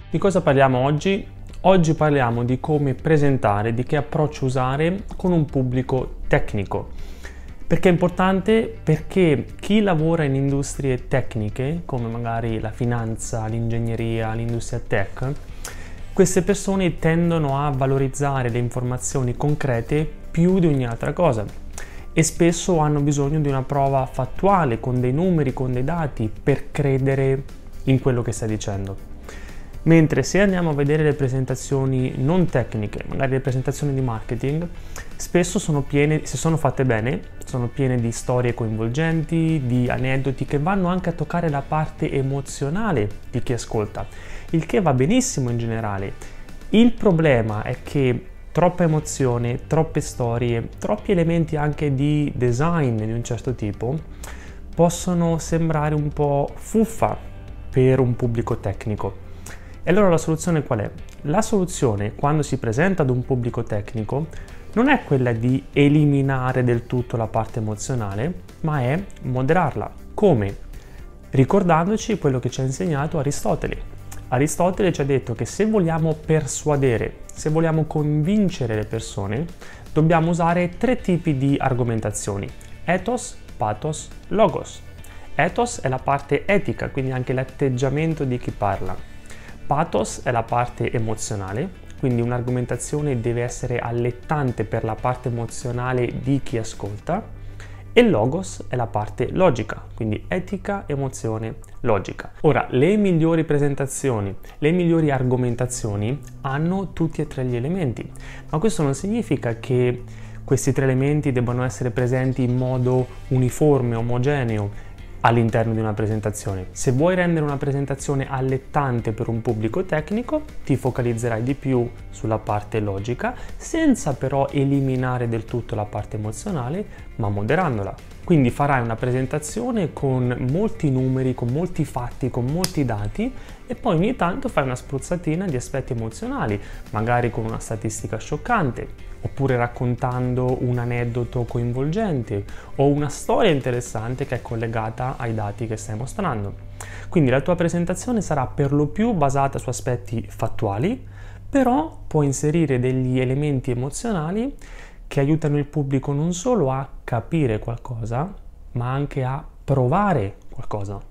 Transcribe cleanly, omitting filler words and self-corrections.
Di cosa parliamo oggi? Oggi parliamo di come presentare, di che approccio usare con un pubblico tecnico. Perché è importante? Perché chi lavora in industrie tecniche, come magari la finanza, l'ingegneria, l'industria tech, queste persone tendono a valorizzare le informazioni concrete più di ogni altra cosa e spesso hanno bisogno di una prova fattuale, con dei numeri, con dei dati, per credere in quello che stai dicendo. Mentre se andiamo a vedere le presentazioni non tecniche, magari le presentazioni di marketing, spesso sono piene, se sono fatte bene, sono piene di storie coinvolgenti, di aneddoti che vanno anche a toccare la parte emozionale di chi ascolta, il che va benissimo in generale. Il problema è che troppa emozione, troppe storie, troppi elementi anche di design di un certo tipo possono sembrare un po' fuffa per un pubblico tecnico. E allora la soluzione qual è? La soluzione, quando si presenta ad un pubblico tecnico, non è quella di eliminare del tutto la parte emozionale, ma è moderarla. Come? Ricordandoci quello che ci ha insegnato Aristotele. Aristotele ci ha detto che se vogliamo persuadere, se vogliamo convincere le persone, dobbiamo usare 3 tipi di argomentazioni: ethos, pathos, logos. Ethos è la parte etica, quindi anche l'atteggiamento di chi parla. Pathos è la parte emozionale, quindi un'argomentazione deve essere allettante per la parte emozionale di chi ascolta, e logos è la parte logica, quindi etica, emozione, logica. Ora, le migliori presentazioni, le migliori argomentazioni hanno tutti e 3 gli elementi, ma questo non significa che questi 3 elementi debbano essere presenti in modo uniforme, omogeneo, all'interno di una presentazione. Se vuoi rendere una presentazione allettante per un pubblico tecnico, ti focalizzerai di più sulla parte logica, senza però eliminare del tutto la parte emozionale, ma moderandola. Quindi farai una presentazione con molti numeri, con molti fatti, con molti dati, e poi ogni tanto fai una spruzzatina di aspetti emozionali, magari con una statistica scioccante, oppure raccontando un aneddoto coinvolgente o una storia interessante che è collegata ai dati che stai mostrando. Quindi la tua presentazione sarà per lo più basata su aspetti fattuali, però puoi inserire degli elementi emozionali che aiutano il pubblico non solo a capire qualcosa, ma anche a provare qualcosa.